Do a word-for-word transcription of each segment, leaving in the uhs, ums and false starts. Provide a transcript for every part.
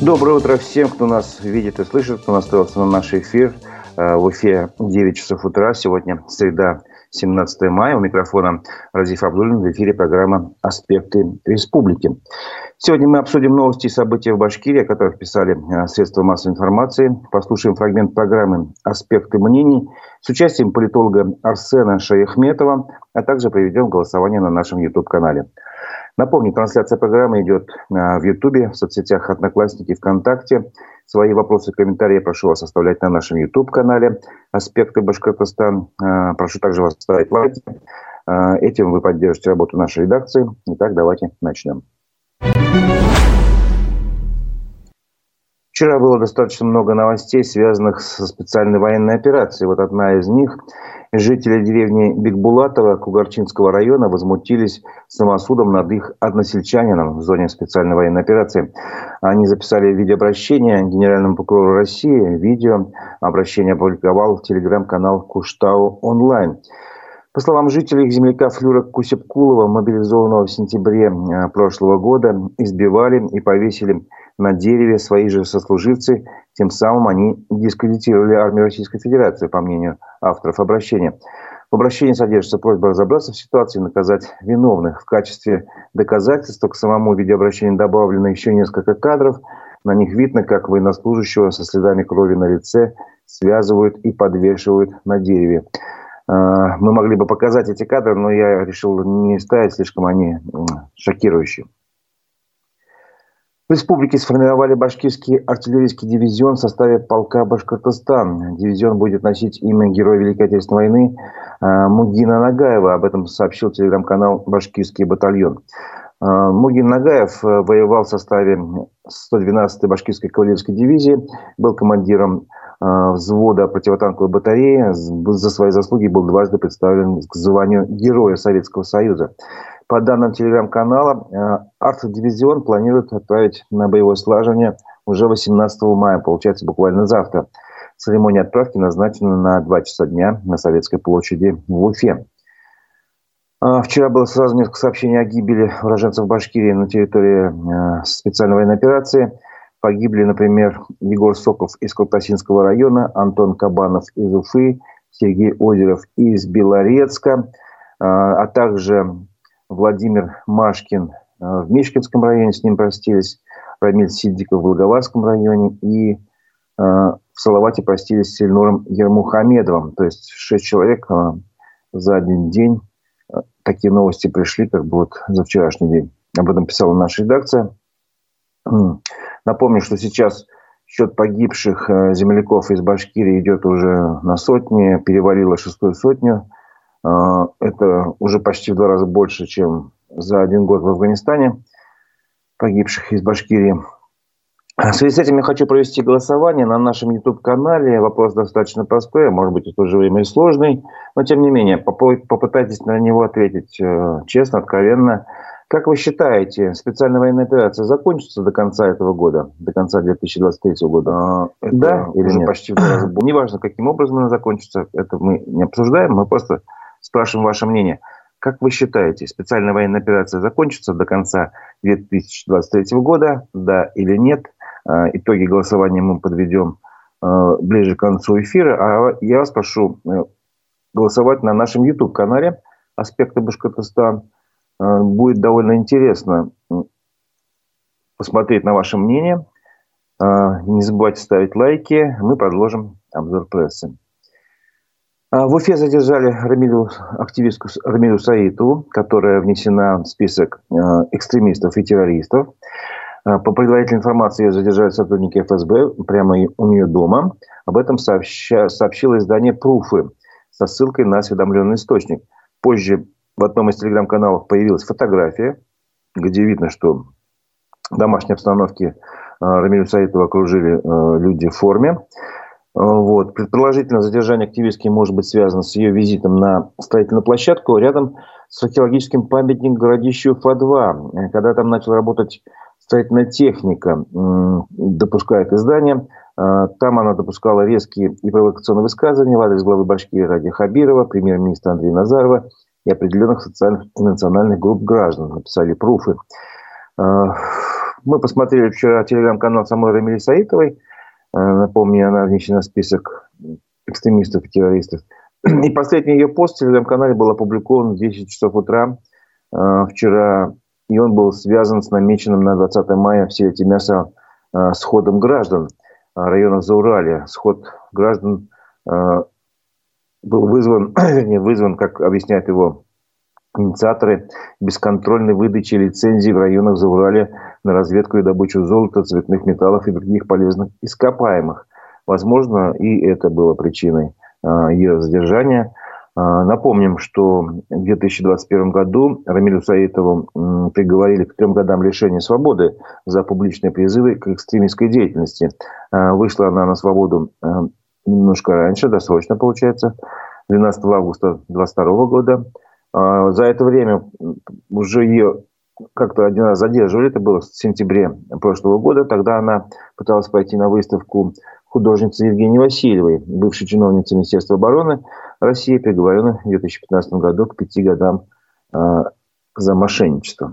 Доброе утро всем, кто нас видит и слышит, кто настроился на наш эфир. В Уфе девять часов утра. Сегодня среда, семнадцатое мая. У микрофона Разиф Абдуллин. В эфире программа «Аспекты республики». Сегодня мы обсудим новости и события в Башкирии, о которых писали средства массовой информации. Послушаем фрагмент программы «Аспекты мнений» с участием политолога Арсена Шаяхметова, а также проведем голосование на нашем YouTube-канале. Напомню, трансляция программы идет в Ютубе, в соцсетях «Одноклассники», ВКонтакте. Свои вопросы и комментарии я прошу вас оставлять на нашем YouTube-канале «Аспекты Башкортостан». Прошу также вас ставить лайки. Этим вы поддержите работу нашей редакции. Итак, давайте начнем. Вчера было достаточно много новостей, связанных со специальной военной операцией. Вот одна из них. Жители деревни Бекбулатова Кугарчинского района возмутились самосудом над их односельчанином в зоне специальной военной операции. Они записали видеообращение генеральному прокурору России. Видео обращение опубликовал телеграм-канал Куштау онлайн. По словам жителей, их земляка Флюра Кусепкулова, мобилизованного в сентябре прошлого года, избивали и повесили на дереве свои же сослуживцы. Тем самым они дискредитировали армию Российской Федерации, по мнению авторов обращения. В обращении содержится просьба разобраться в ситуации и наказать виновных. В качестве доказательства к самому видеообращению добавлено еще несколько кадров. На них видно, как военнослужащего со следами крови на лице связывают и подвешивают на дереве. Мы могли бы показать эти кадры, но я решил не ставить, слишком они шокирующие. В республике сформировали башкирский артиллерийский дивизион в составе полка Башкортостан. Дивизион будет носить имя героя Великой Отечественной войны Мугина Нагаева. Об этом сообщил телеграм-канал «Башкирский батальон». Мугин Нагаев воевал в составе сто двенадцатой башкирской кавалерийской дивизии, был командиром взвода противотанковой батареи. За свои заслуги был дважды представлен к званию Героя Советского Союза. По данным телеграм-канала, арт-дивизион планирует отправить на боевое слаживание уже восемнадцатого мая, получается буквально завтра. Церемония отправки назначена на два часа дня на Советской площади в Уфе. Вчера было сразу несколько сообщений о гибели уроженцев Башкирии на территории специальной военной операции. Погибли, например, Егор Соков из Колтасинского района, Антон Кабанов из Уфы, Сергей Озеров из Белорецка, а также Владимир Машкин в Мишкинском районе, с ним простились, Рамиль Сиддиков в Благоварском районе и в Салавате простились с Ильнуром Ермухамедовым. То есть шесть человек за один день. Такие новости пришли, как бы вот за вчерашний день. Об этом писала наша редакция. Напомню, что сейчас счет погибших земляков из Башкирии идет уже на сотни, перевалило шестую сотню. Это уже почти в два раза больше, чем за один год в Афганистане погибших из Башкирии. В связи с этим я хочу провести голосование на нашем YouTube-канале. Вопрос достаточно простой, а может быть, в то же время и сложный. Но, тем не менее, попытайтесь на него ответить честно, откровенно. Как вы считаете, специальная военная операция закончится до конца этого года, до конца две тысячи двадцать третьего года? Это да или нет? Почти в два раза. Неважно, каким образом она закончится, это мы не обсуждаем, мы просто спрашиваем ваше мнение. Как вы считаете, специальная военная операция закончится до конца две тысячи двадцать третьего года, да или нет? Итоги голосования мы подведем ближе к концу эфира. А я вас прошу голосовать на нашем YouTube-канале «Аспекты Башкортостан». Будет довольно интересно посмотреть на ваше мнение. Не забывайте ставить лайки. Мы продолжим обзор прессы. В Уфе задержали Рамилю, активистку Рамилю Саитову, которая внесена в список экстремистов и террористов. По предварительной информации, ее задержали сотрудники эф эс бэ прямо у нее дома. Об этом сообща, сообщило издание «Пруфы» со ссылкой на осведомленный источник. Позже в одном из телеграм-каналов появилась фотография, где видно, что в домашней обстановке Рамилю Саитову окружили люди в форме. Вот. Предположительно, задержание активистки может быть связано с ее визитом на строительную площадку рядом с археологическим памятником городищу Уфа два. Когда там начала работать строительная техника, допуская к изданию, там она допускала резкие и провокационные высказывания в адрес главы Башкирии Ради Хабирова, премьер-министра Андрея Назарова и определенных социальных и национальных групп граждан, написали «Пруфы». Мы посмотрели вчера телеграм-канал самой Рамили Саитовой. Напомню, она внесена в список экстремистов и террористов. И последний ее пост в телеграм-канале был опубликован в десять часов утра вчера. И он был связан с намеченным на двадцатое мая в селе Тимясово сходом граждан районов Зауралья. Сход граждан был вызван, вернее, вызван, как объясняют его инициаторы, бесконтрольной выдачи лицензий в районах Зауралья на разведку и добычу золота, цветных металлов и других полезных ископаемых. Возможно, и это было причиной ее задержания. Напомним, что в две тысячи двадцать первом году Рамилю Саитову приговорили к трем годам лишения свободы за публичные призывы к экстремистской деятельности. Вышла она на свободу немножко раньше, досрочно получается, двенадцатого августа две тысячи двадцать второго года. За это время уже ее как-то один раз задерживали, это было в сентябре прошлого года. Тогда она пыталась пойти на выставку художницы Евгении Васильевой, бывшей чиновницы Министерства обороны России, приговоренной в две тысячи пятнадцатом году к пяти годам э, за мошенничество.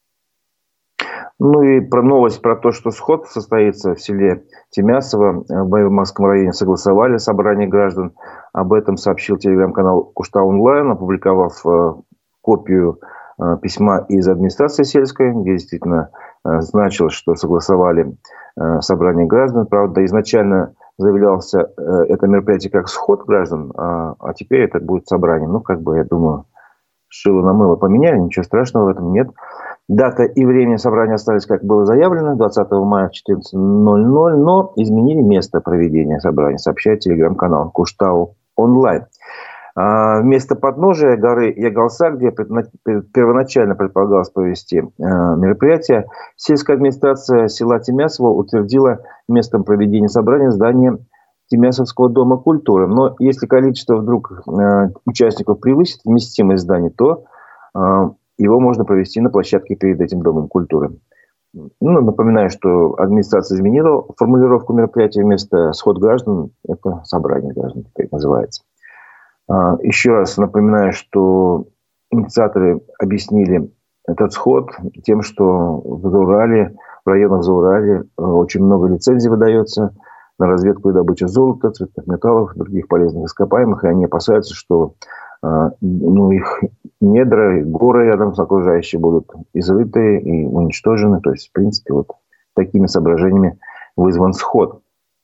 Ну и про новость про то, что сход состоится в селе Тимясово, в Баевмарском районе, согласовали собрание граждан. Об этом сообщил телеграм-канал Куштау онлайн, опубликовав э, копию э, письма из администрации сельской, где действительно э, значилось, что согласовали э, собрание граждан. Правда, изначально заявлялся э, это мероприятие как сход граждан, а, а теперь это будет собрание. Ну, как бы, я думаю, шило на мыло поменяли, ничего страшного в этом нет. Дата и время собрания остались, как было заявлено, двадцатого мая в четырнадцать ноль ноль, но изменили место проведения собрания, сообщает телеграм-канал Куштау онлайн. А, место подножия горы Ягалса, где первоначально предполагалось провести а, мероприятие, сельская администрация села Тимясово утвердила местом проведения собрания здание Тимясовского дома культуры. Но если количество вдруг а, участников превысит вместимость здания, то а, его можно провести на площадке перед этим домом культуры. Ну, напоминаю, что администрация изменила формулировку мероприятия. Вместо сход граждан это собрание граждан теперь называется. Еще раз напоминаю, что инициаторы объяснили этот сход тем, что в Зауралье, в районах Зауралья очень много лицензий выдается на разведку и добычу золота, цветных металлов, других полезных ископаемых, и они опасаются, что ну, их недра, горы рядом с окружающими будут изрыты и уничтожены. То есть, в принципе, вот такими соображениями вызван сход.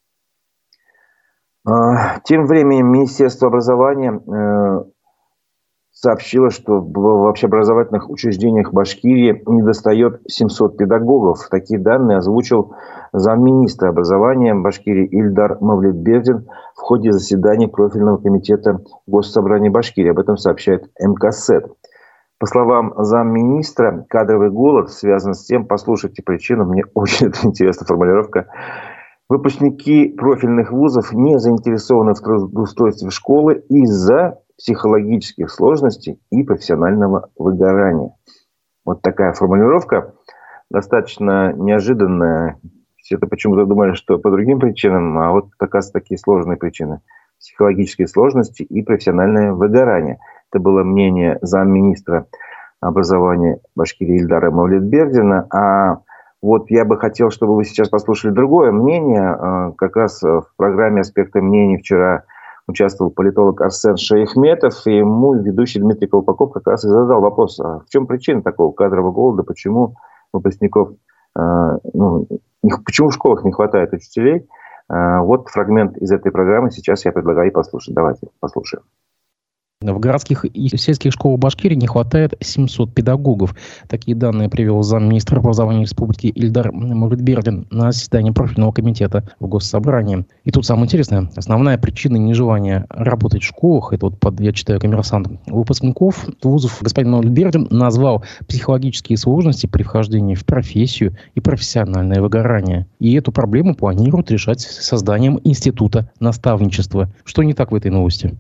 Тем временем Министерство образования сообщило, что в общеобразовательных учреждениях Башкирии недостает семьсот педагогов. Такие данные озвучил замминистра образования Башкирии Ильдар Мавлетбердин в ходе заседания профильного комитета Госсобрания Башкирии. Об этом сообщает МКСЭД. По словам замминистра, кадровый голод связан с тем, послушайте причину, мне очень интересная формулировка, выпускники профильных вузов не заинтересованы в трудоустройстве в школы из-за психологических сложностей и профессионального выгорания. Вот такая формулировка, достаточно неожиданная. Все-то почему-то думали, что по другим причинам, а вот, оказывается, такие сложные причины. Психологические сложности и профессиональное выгорание. Это было мнение замминистра образования Башкирии Ильдара Мавлетбердина. А вот я бы хотел, чтобы вы сейчас послушали другое мнение. Как раз в программе «Аспекты мнений» вчера участвовал политолог Арсен Шаяхметов, и ему ведущий Дмитрий Колпаков как раз и задал вопрос, а в чем причина такого кадрового голода, почему выпускников, ну, почему в школах не хватает учителей. Вот фрагмент из этой программы сейчас я предлагаю послушать. Давайте послушаем. В городских и сельских школах Башкирии не хватает семьсот педагогов. Такие данные привел замминистра образования республики Ильдар Мавлетбердин на заседании профильного комитета в Госсобрании. И тут самое интересное. Основная причина нежелания работать в школах, это вот под, я читаю, коммерсант, выпускников вузов господин Мавлетбердин назвал психологические сложности при вхождении в профессию и профессиональное выгорание. И эту проблему планируют решать созданием института наставничества. Что не так в этой новости?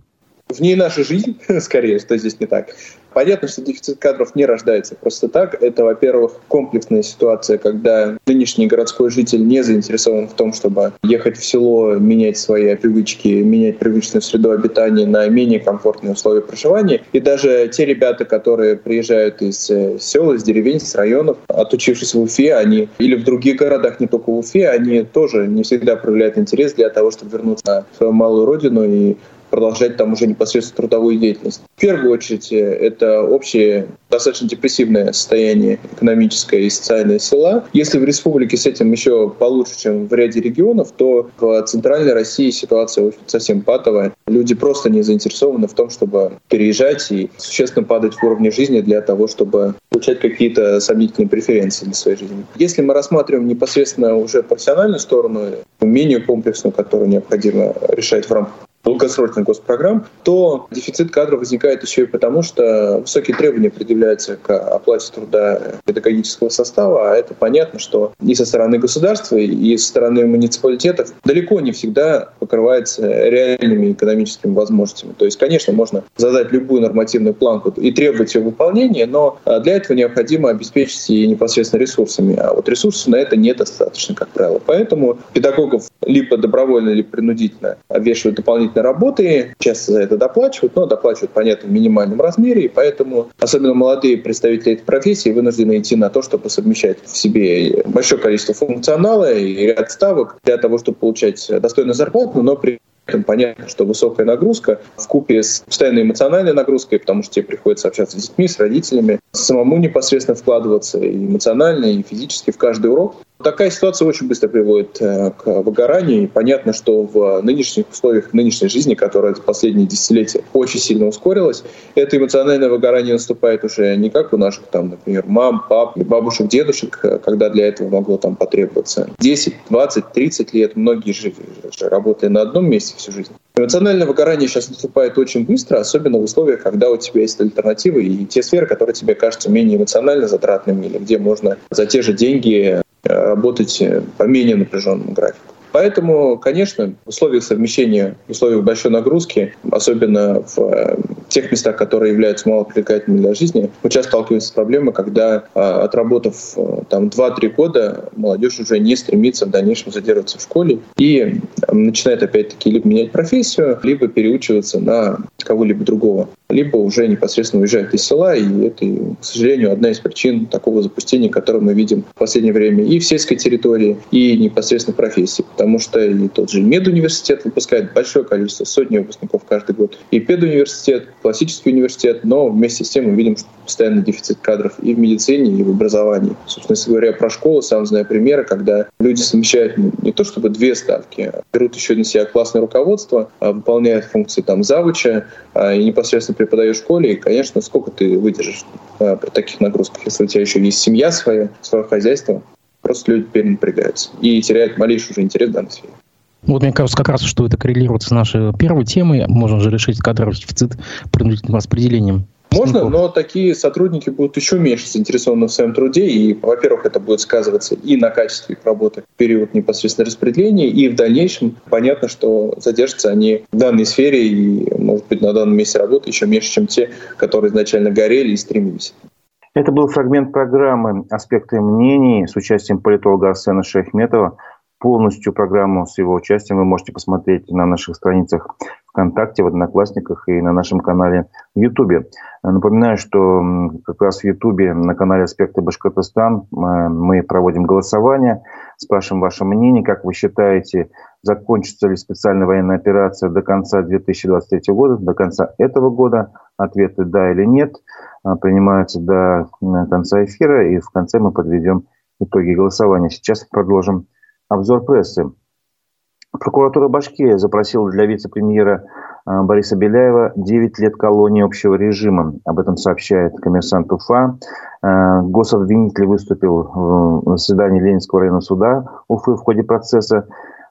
в ней наша жизнь, скорее, что здесь не так. Понятно, что дефицит кадров не рождается просто так. Это, во-первых, комплексная ситуация, когда нынешний городской житель не заинтересован в том, чтобы ехать в село, менять свои привычки, менять привычную среду обитания на менее комфортные условия проживания. И даже те ребята, которые приезжают из сел, из деревень, из районов, отучившись в Уфе, они или в других городах, не только в Уфе, они тоже не всегда проявляют интерес для того, чтобы вернуться в свою малую родину и продолжать там уже непосредственно трудовую деятельность. В первую очередь, это общее достаточно депрессивное состояние экономическое и социальное села. Если в республике с этим еще получше, чем в ряде регионов, то в центральной России ситуация совсем патовая. Люди просто не заинтересованы в том, чтобы переезжать и существенно падать в уровне жизни для того, чтобы получать какие-то сомнительные преференции для своей жизни. Если мы рассматриваем непосредственно уже профессиональную сторону, менее комплексную, которую необходимо решать в рамках долгосрочных госпрограмм, то дефицит кадров возникает еще и потому, что высокие требования предъявляются к оплате труда педагогического состава, а это понятно, что и со стороны государства, и со стороны муниципалитетов далеко не всегда покрывается реальными экономическими возможностями. То есть, конечно, можно задать любую нормативную планку и требовать ее выполнения, но для этого необходимо обеспечить ее непосредственно ресурсами, а вот ресурсов на это недостаточно, как правило. Поэтому педагогов либо добровольно, либо принудительно обвешивают дополнительные работы, часто за это доплачивают, но доплачивают, понятно, в минимальном размере, и поэтому особенно молодые представители этой профессии вынуждены идти на то, чтобы совмещать в себе большое количество функционала и ряд ставок для того, чтобы получать достойную зарплату, но при понятно, что высокая нагрузка вкупе с постоянной эмоциональной нагрузкой, потому что тебе приходится общаться с детьми, с родителями, самому непосредственно вкладываться и эмоционально, и физически в каждый урок. Такая ситуация очень быстро приводит к выгоранию. И понятно, что в нынешних условиях нынешней жизни, которая за последние десятилетия очень сильно ускорилась, это эмоциональное выгорание наступает уже не как у наших, там, например, мам, пап, бабушек, дедушек, когда для этого могло там потребоваться десять, двадцать, тридцать лет. Многие же, же работали на одном месте всю жизнь. Эмоциональное выгорание сейчас наступает очень быстро, особенно в условиях, когда у тебя есть альтернативы и те сферы, которые тебе кажутся менее эмоционально затратными, или где можно за те же деньги работать по менее напряженному графику. Поэтому, конечно, в условиях совмещения, в условиях большой нагрузки, особенно в тех местах, которые являются малопривлекательными для жизни, мы часто сталкиваемся с проблемой, когда, отработав там, два-три года, молодежь уже не стремится в дальнейшем задерживаться в школе и начинает опять-таки либо менять профессию, либо переучиваться на кого-либо другого, либо уже непосредственно уезжает из села, и это, к сожалению, одна из причин такого запустения, которое мы видим в последнее время и в сельской территории, и непосредственно в профессии. Потому что и тот же медуниверситет выпускает большое количество, сотни выпускников каждый год, и педуниверситет, классический университет, но вместе с тем мы видим, что постоянный дефицит кадров и в медицине, и в образовании. Собственно, если говоря про школу, сам знаю примеры, когда люди совмещают не то чтобы две ставки, а берут еще на себя классное руководство, выполняют функции там завуча и непосредственно преподаешь в школе, и, конечно, сколько ты выдержишь при таких нагрузках, если у тебя еще есть семья своя, свое хозяйство. Просто люди теперь напрягаются и теряют малейший уже интерес в данной сфере. Вот мне кажется, как раз, что это коррелирует с нашей первой темой. Можно же решить кадровый дефицит принудительным распределением. Можно, но такие сотрудники будут еще меньше заинтересованы в своем труде. И, во-первых, это будет сказываться и на качестве их работы в период непосредственно распределения, и в дальнейшем понятно, что задержатся они в данной сфере и, может быть, на данном месте работы еще меньше, чем те, которые изначально горели и стремились. Это был фрагмент программы «Аспекты мнений» с участием политолога Арсена Шаяхметова. Полностью программу с его участием вы можете посмотреть на наших страницах ВКонтакте, в Одноклассниках и на нашем канале в Ютубе. Напоминаю, что как раз в Ютубе на канале «Аспекты Башкортостан» мы проводим голосование, спрашиваем ваше мнение, как вы считаете, закончится ли специальная военная операция до конца две тысячи двадцать третьего года, до конца этого года. Ответы «да» или «нет» принимаются до конца эфира, и в конце мы подведем итоги голосования. Сейчас продолжим обзор прессы. Прокуратура Башкирии запросила для вице-премьера Бориса Беляева девять лет колонии общего режима. Об этом сообщает «Коммерсант Уфа». Гособвинитель выступил в заседании Ленинского районного суда Уфы в ходе процесса.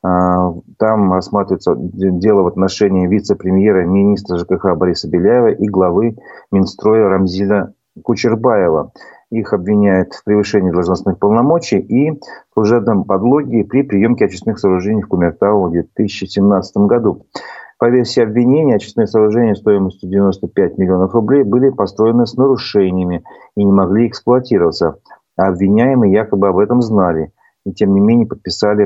Там рассматривается дело в отношении вице-премьера, министра ЖКХ Бориса Беляева и главы Минстроя Рамзиля Кучербаева. Их обвиняют в превышении должностных полномочий и служебном подлоге при приемке очистных сооружений в Кумертау в две тысячи семнадцатом году. По версии обвинения, очистные сооружения стоимостью девяносто пять миллионов рублей были построены с нарушениями и не могли эксплуатироваться. А обвиняемые якобы об этом знали и, тем не менее, подписали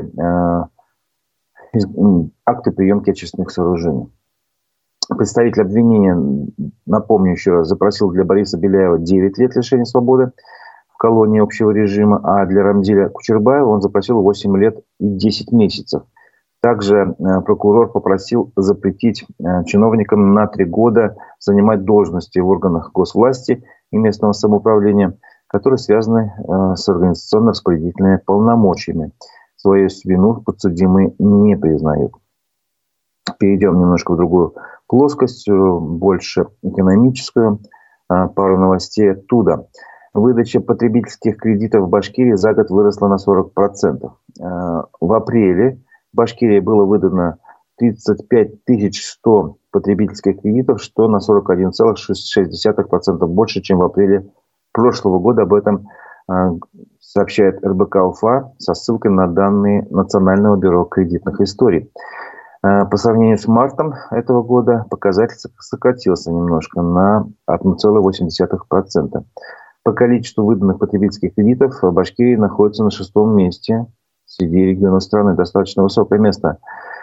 э, акты приемки очистных сооружений. Представитель обвинения, напомню еще раз, запросил для Бориса Беляева девять лет лишения свободы в колонии общего режима, а для Рамзиля Кучербаева он запросил восемь лет и десять месяцев. Также прокурор попросил запретить чиновникам на три года занимать должности в органах госвласти и местного самоуправления, которые связаны с организационно-распорядительными полномочиями. Свою вину подсудимые не признают. Перейдем немножко в другую плоскость, больше экономическую. Пару новостей оттуда. Выдача потребительских кредитов в Башкирии за год выросла на сорок процентов. В апреле в Башкирии было выдано тридцать пять тысяч сто потребительских кредитов, что на сорок один целых шесть десятых процента больше, чем в апреле прошлого года. Об этом сообщает эр бэ ка Уфа со ссылкой на данные Национального бюро кредитных историй. По сравнению с мартом этого года показатель сократился немножко на одна целая восемь десятых процента. По количеству выданных потребительских кредитов Башкирия находится на шестом месте среди регионов страны. Достаточно высокое место.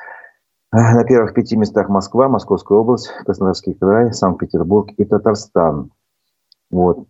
На первых пяти местах Москва, Московская область, Краснодарский край, Санкт-Петербург и Татарстан. Вот.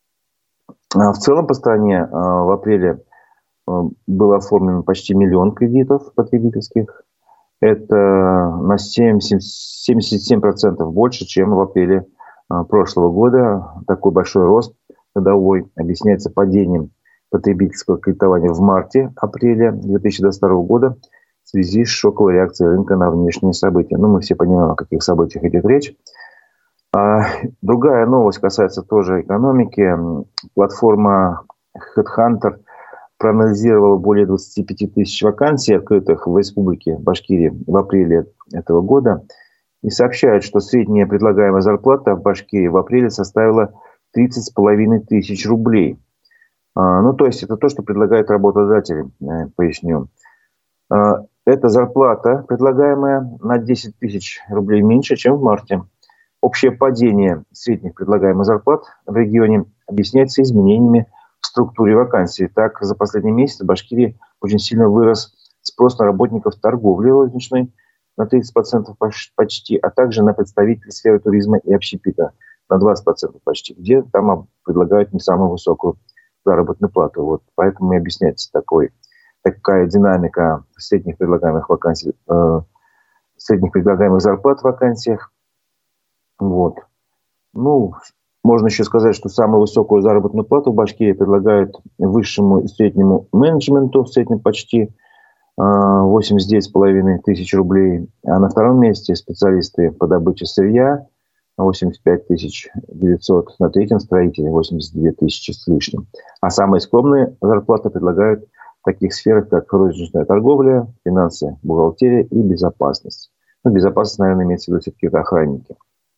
В целом по стране в апреле было оформлено почти миллион кредитов потребительских. Это на семьдесят семь процентов больше, чем в апреле прошлого года. Такой большой рост годовой объясняется падением потребительского кредитования в марте-апреле две тысячи двадцать второго года в связи с шоковой реакцией рынка на внешние события. Ну, мы все понимаем, о каких событиях идет речь. А другая новость касается тоже экономики. Платформа HeadHunter проанализировала более двадцати пяти тысяч вакансий, открытых в республике Башкирия в апреле этого года, и сообщает, что средняя предлагаемая зарплата в Башкирии в апреле составила тридцать с половиной тысяч рублей. А, ну, то есть это то, что предлагают работодатели, э, поясню. А, эта зарплата, предлагаемая, на десять тысяч рублей меньше, чем в марте. Общее падение средних предлагаемых зарплат в регионе объясняется изменениями в структуре вакансий. Так, за последний месяц в Башкирии очень сильно вырос спрос на работников торговли розничной на тридцать процентов почти, а также на представителей сферы туризма и общепита на двадцать процентов почти, где там предлагают не самую высокую заработную плату. Вот поэтому и объясняется такой, такая динамика средних предлагаемых вакансий, э, средних предлагаемых зарплат в вакансиях. Вот. Ну, можно еще сказать, что самую высокую заработную плату в Башкирии предлагают высшему и среднему менеджменту, в среднем почти восемьдесят девять с половиной тысяч рублей, а на втором месте специалисты по добыче сырья восемьдесят пять тысяч девятьсот, на третьем строители восемьдесят две тысячи с лишним. А самые скромные зарплаты предлагают в таких сферах, как розничная торговля, финансы, бухгалтерия и безопасность. Ну, безопасность, наверное, имеется в виду все-таки охранники.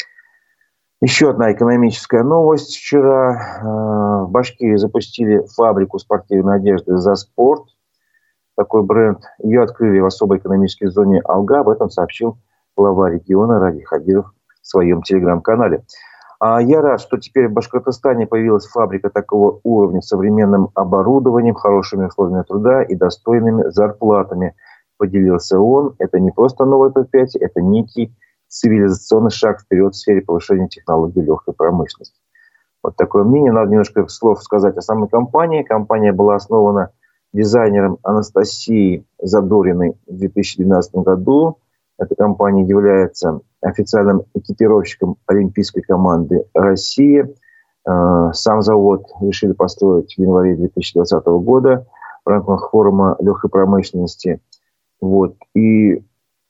Еще одна экономическая новость. Вчера э, в Башкирии запустили фабрику спортивной одежды «За спорт». Такой бренд. Ее открыли в особой экономической зоне Алга. Об этом сообщил глава региона Ради Хабиров в своем телеграм-канале. А я рад, что теперь в Башкортостане появилась фабрика такого уровня с современным оборудованием, хорошими условиями труда и достойными зарплатами. Поделился он. Это не просто новое предприятие, это некий цивилизационный шаг вперед в сфере повышения технологий легкой промышленности. Вот такое мнение. Надо немножко слов сказать о самой компании. Компания была основана дизайнером Анастасией Задориной в две тысячи двенадцатом году. Эта компания является официальным экипировщиком олимпийской команды России. Сам завод решили построить в январе две тысячи двадцатого года в рамках форума легкой промышленности. Вот. И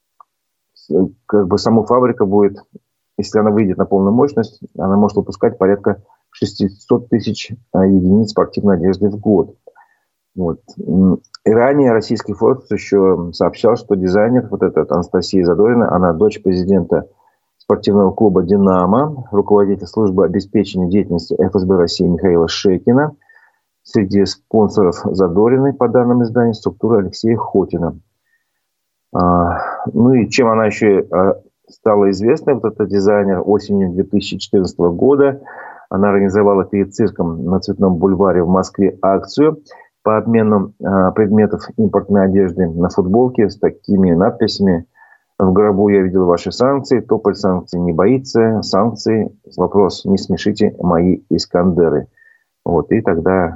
как бы сама фабрика будет, если она выйдет на полную мощность, она может выпускать порядка шестьсот тысяч единиц спортивной одежды в год. Вот. И ранее российский Forbes еще сообщал, что дизайнер, вот этот Анастасия Задорина, она дочь президента спортивного клуба «Динамо», руководитель службы обеспечения деятельности эф эс бэ России Михаила Шекина. Среди спонсоров Задориной, по данным издания, структура Алексея Хотина. Ну и чем она еще стала известной, вот этот дизайнер, осенью две тысячи четырнадцатого года. Она организовала перед цирком на Цветном бульваре в Москве акцию по обмену э, предметов импортной одежды на футболке с такими надписями: «В гробу я видел ваши санкции, тополь санкций не боится, санкции, вопрос, не смешите мои Искандеры». Вот, и тогда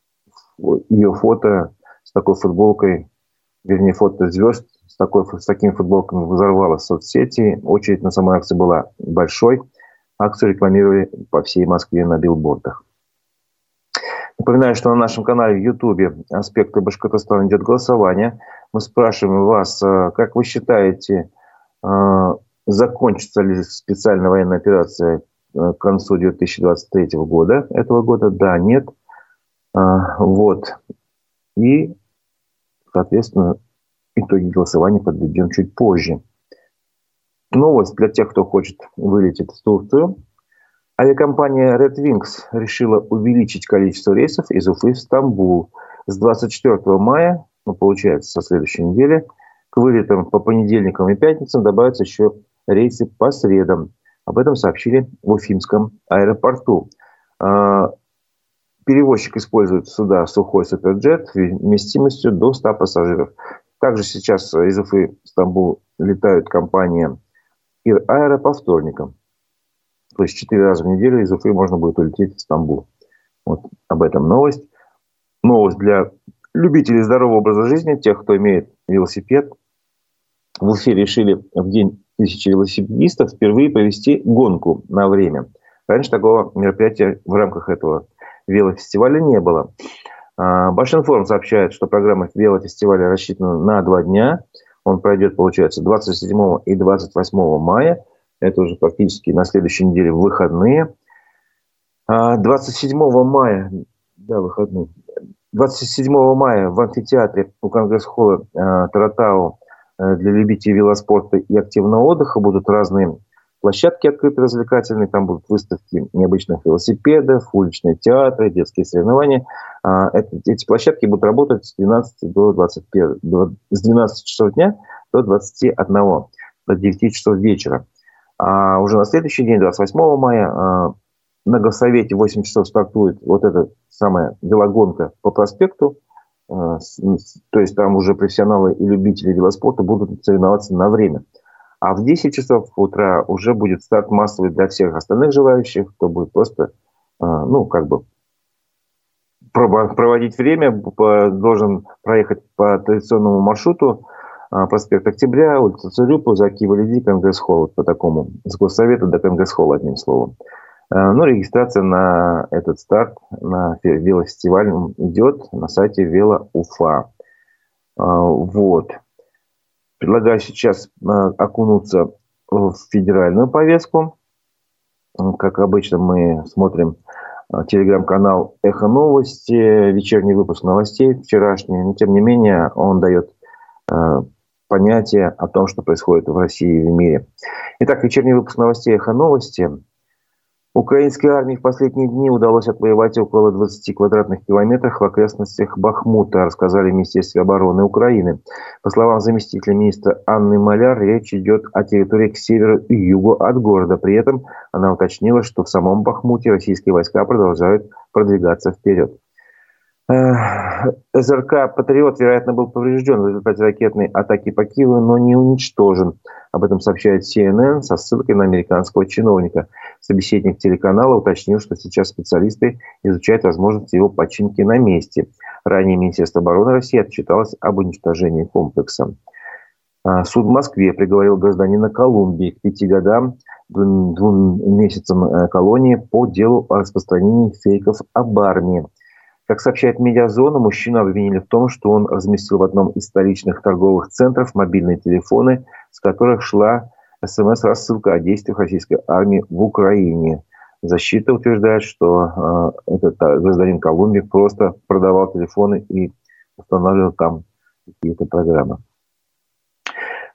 ее фото с такой футболкой, вернее, фото звезд с, такой, с такими футболками взорвало соцсети. Очередь на самой акции была большой. Акцию рекламировали по всей Москве на билбордах. Напоминаю, что на нашем канале в Ютубе «Аспекты Башкортостана» идет голосование. Мы спрашиваем вас, как вы считаете, закончится ли специальная военная операция к концу две тысячи двадцать третьего года, этого года? Да, нет. Вот. И, соответственно, итоги голосования подведем чуть позже. Новость для тех, кто хочет вылететь в Турцию. Авиакомпания Red Wings решила увеличить количество рейсов из Уфы в Стамбул. С двадцать четвёртого мая, ну, получается, со следующей недели, к вылетам по понедельникам и пятницам добавятся еще рейсы по средам. Об этом сообщили в Уфимском аэропорту. Перевозчик использует суда Сухой Суперджет вместимостью до ста пассажиров. Также сейчас из Уфы в Стамбул летают компания Ир Аэро по вторникам. То есть четыре раза в неделю из Уфы можно будет улететь в Стамбул. Вот об этом новость. Новость для любителей здорового образа жизни, тех, кто имеет велосипед. В Уфе решили в день тысячи велосипедистов впервые провести гонку на время. Раньше такого мероприятия в рамках этого велофестиваля не было. Башинформ сообщает, что программа велофестиваля рассчитана на два дня. Он пройдет, получается, двадцать седьмого и двадцать восьмого мая. Это уже практически на следующей неделе в выходные. двадцать седьмого мая, да, выходные. двадцать седьмого мая в амфитеатре у Конгресс-холла Таратау для любителей велоспорта и активного отдыха будут разные площадки открыты, развлекательные. Там будут выставки необычных велосипедов, уличные театры, детские соревнования. Эти площадки будут работать с двенадцати до двадцати первого, с двенадцати часов дня до двадцати одного, до девяти часов вечера. А уже на следующий день, двадцать восьмого мая, на Госсовете в восемь часов стартует вот эта самая велогонка по проспекту. То есть там уже профессионалы и любители велоспорта будут соревноваться на время. А в десять часов утра уже будет старт массовый для всех остальных желающих, кто будет просто, ну, как бы проводить время, должен проехать по традиционному маршруту: проспект Октября, улица Цурюпова, Заки-Валиди, Конгресс-холл, по такому, с Госсовета до Конгресс-холла, одним словом. Ну, регистрация на этот старт, на велофестиваль идет на сайте Велоуфа. Вот. Предлагаю сейчас окунуться в федеральную повестку. Как обычно, мы смотрим телеграм-канал «Эхо Новости», вечерний выпуск новостей вчерашний. Но, тем не менее, он дает понятие о том, что происходит в России и в мире. Итак, вечерний выпуск новостей «Эхо Новости». Украинской армии в последние дни удалось отвоевать около двадцати квадратных километров в окрестностях Бахмута, рассказали в Министерстве обороны Украины. По словам заместителя министра Анны Маляр, речь идет о территории к северу и югу от города. При этом она уточнила, что в самом Бахмуте российские войска продолжают продвигаться вперед. ЗРК «Патриот», вероятно, был поврежден в результате ракетной атаки по Киеву, но не уничтожен. Об этом сообщает си эн эн со ссылкой на американского чиновника. Собеседник телеканала уточнил, что сейчас специалисты изучают возможность его починки на месте. Ранее Министерство обороны России отчиталось об уничтожении комплекса. Суд в Москве приговорил гражданина Колумбии к пяти годам, двум, двум месяцам колонии по делу о распространении фейков об армии. Как сообщает Медиазона, мужчину обвинили в том, что он разместил в одном из столичных торговых центров мобильные телефоны, с которых шла СМС-рассылка о действиях российской армии в Украине. Защита утверждает, что э, этот гражданин Колумбии просто продавал телефоны и устанавливал там какие-то программы.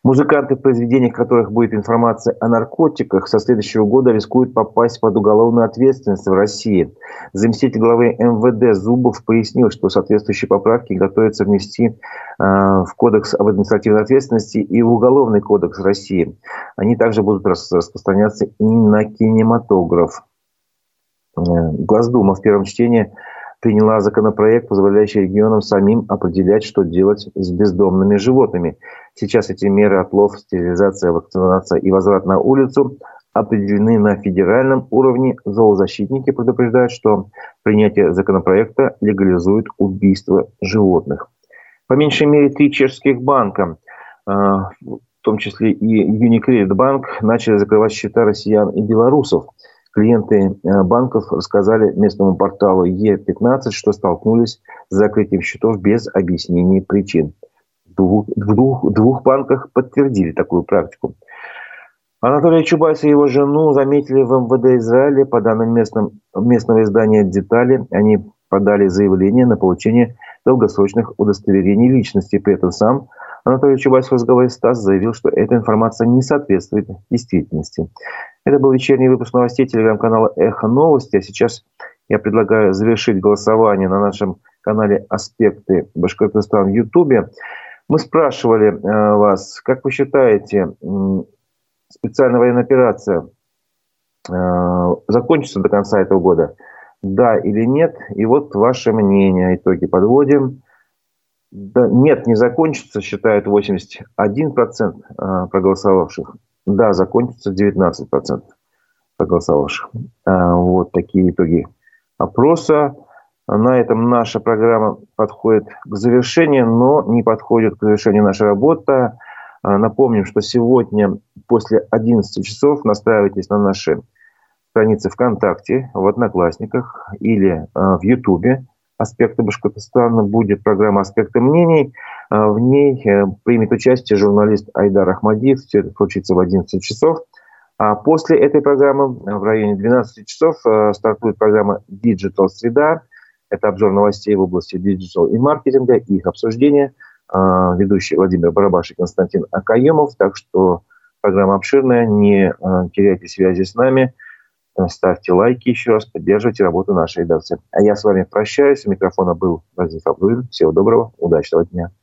Музыканты, в произведениях которых будет информация о наркотиках, со следующего года рискуют попасть под уголовную ответственность в России. Заместитель главы эм вэ дэ Зубов пояснил, что соответствующие поправки готовятся внести э, в Кодекс об административной ответственности и в Уголовный кодекс России. Они также будут распространяться и на кинематограф. Э, Госдума в первом чтении приняла законопроект, позволяющий регионам самим определять, что делать с бездомными животными. Сейчас эти меры — отлов, стерилизация, вакцинация и возврат на улицу — определены на федеральном уровне. Зоозащитники предупреждают, что принятие законопроекта легализует убийство животных. По меньшей мере три чешских банка, в том числе и Unicredit Bank, начали закрывать счета россиян и белорусов. Клиенты банков рассказали местному порталу е пятнадцать, что столкнулись с закрытием счетов без объяснений причин. В двух, в двух, двух банках подтвердили такую практику. Анатолия Чубайса и его жену заметили в эм вэ дэ Израиля. По данным местным, местного издания «Детали», они подали заявление на получение долгосрочных удостоверений личности. При этом сам Анатолий Чубайс в разговоре с ТАСС заявил, что эта информация не соответствует действительности. Это был вечерний выпуск новостей телеграм-канала «Эхо Новости». А сейчас я предлагаю завершить голосование на нашем канале «Аспекты Башкортостана» в Ютубе. Мы спрашивали э, вас, как вы считаете, э, специальная военная операция э, закончится до конца этого года? Да или нет? И вот ваше мнение, итоги подводим. Да, нет, не закончится, считают восемьдесят один процент э, проголосовавших. Да, закончится девятнадцать процентов проголосовавших. Э, вот такие итоги опроса. На этом наша программа подходит к завершению, но не подходит к завершению наша работа. Напомним, что сегодня после одиннадцати часов настраивайтесь на наши страницы ВКонтакте, в Одноклассниках или в Ютубе. «Аспекты Башкортостана» будет программа «Аспекты мнений». В ней примет участие журналист Айдар Ахмадиев. Все это случится в одиннадцать часов. А после этой программы в районе двенадцати часов стартует программа «Digital Среда». Это обзор новостей в области диджитал и маркетинга, и их обсуждение. Ведущий Владимир Барабаш и Константин Акаемов. Так что программа обширная, не теряйте связи с нами. Ставьте лайки еще раз, поддерживайте работу нашей редакции. А я с вами прощаюсь. У микрофона был Владимир Абдулин. Всего доброго, удачного дня.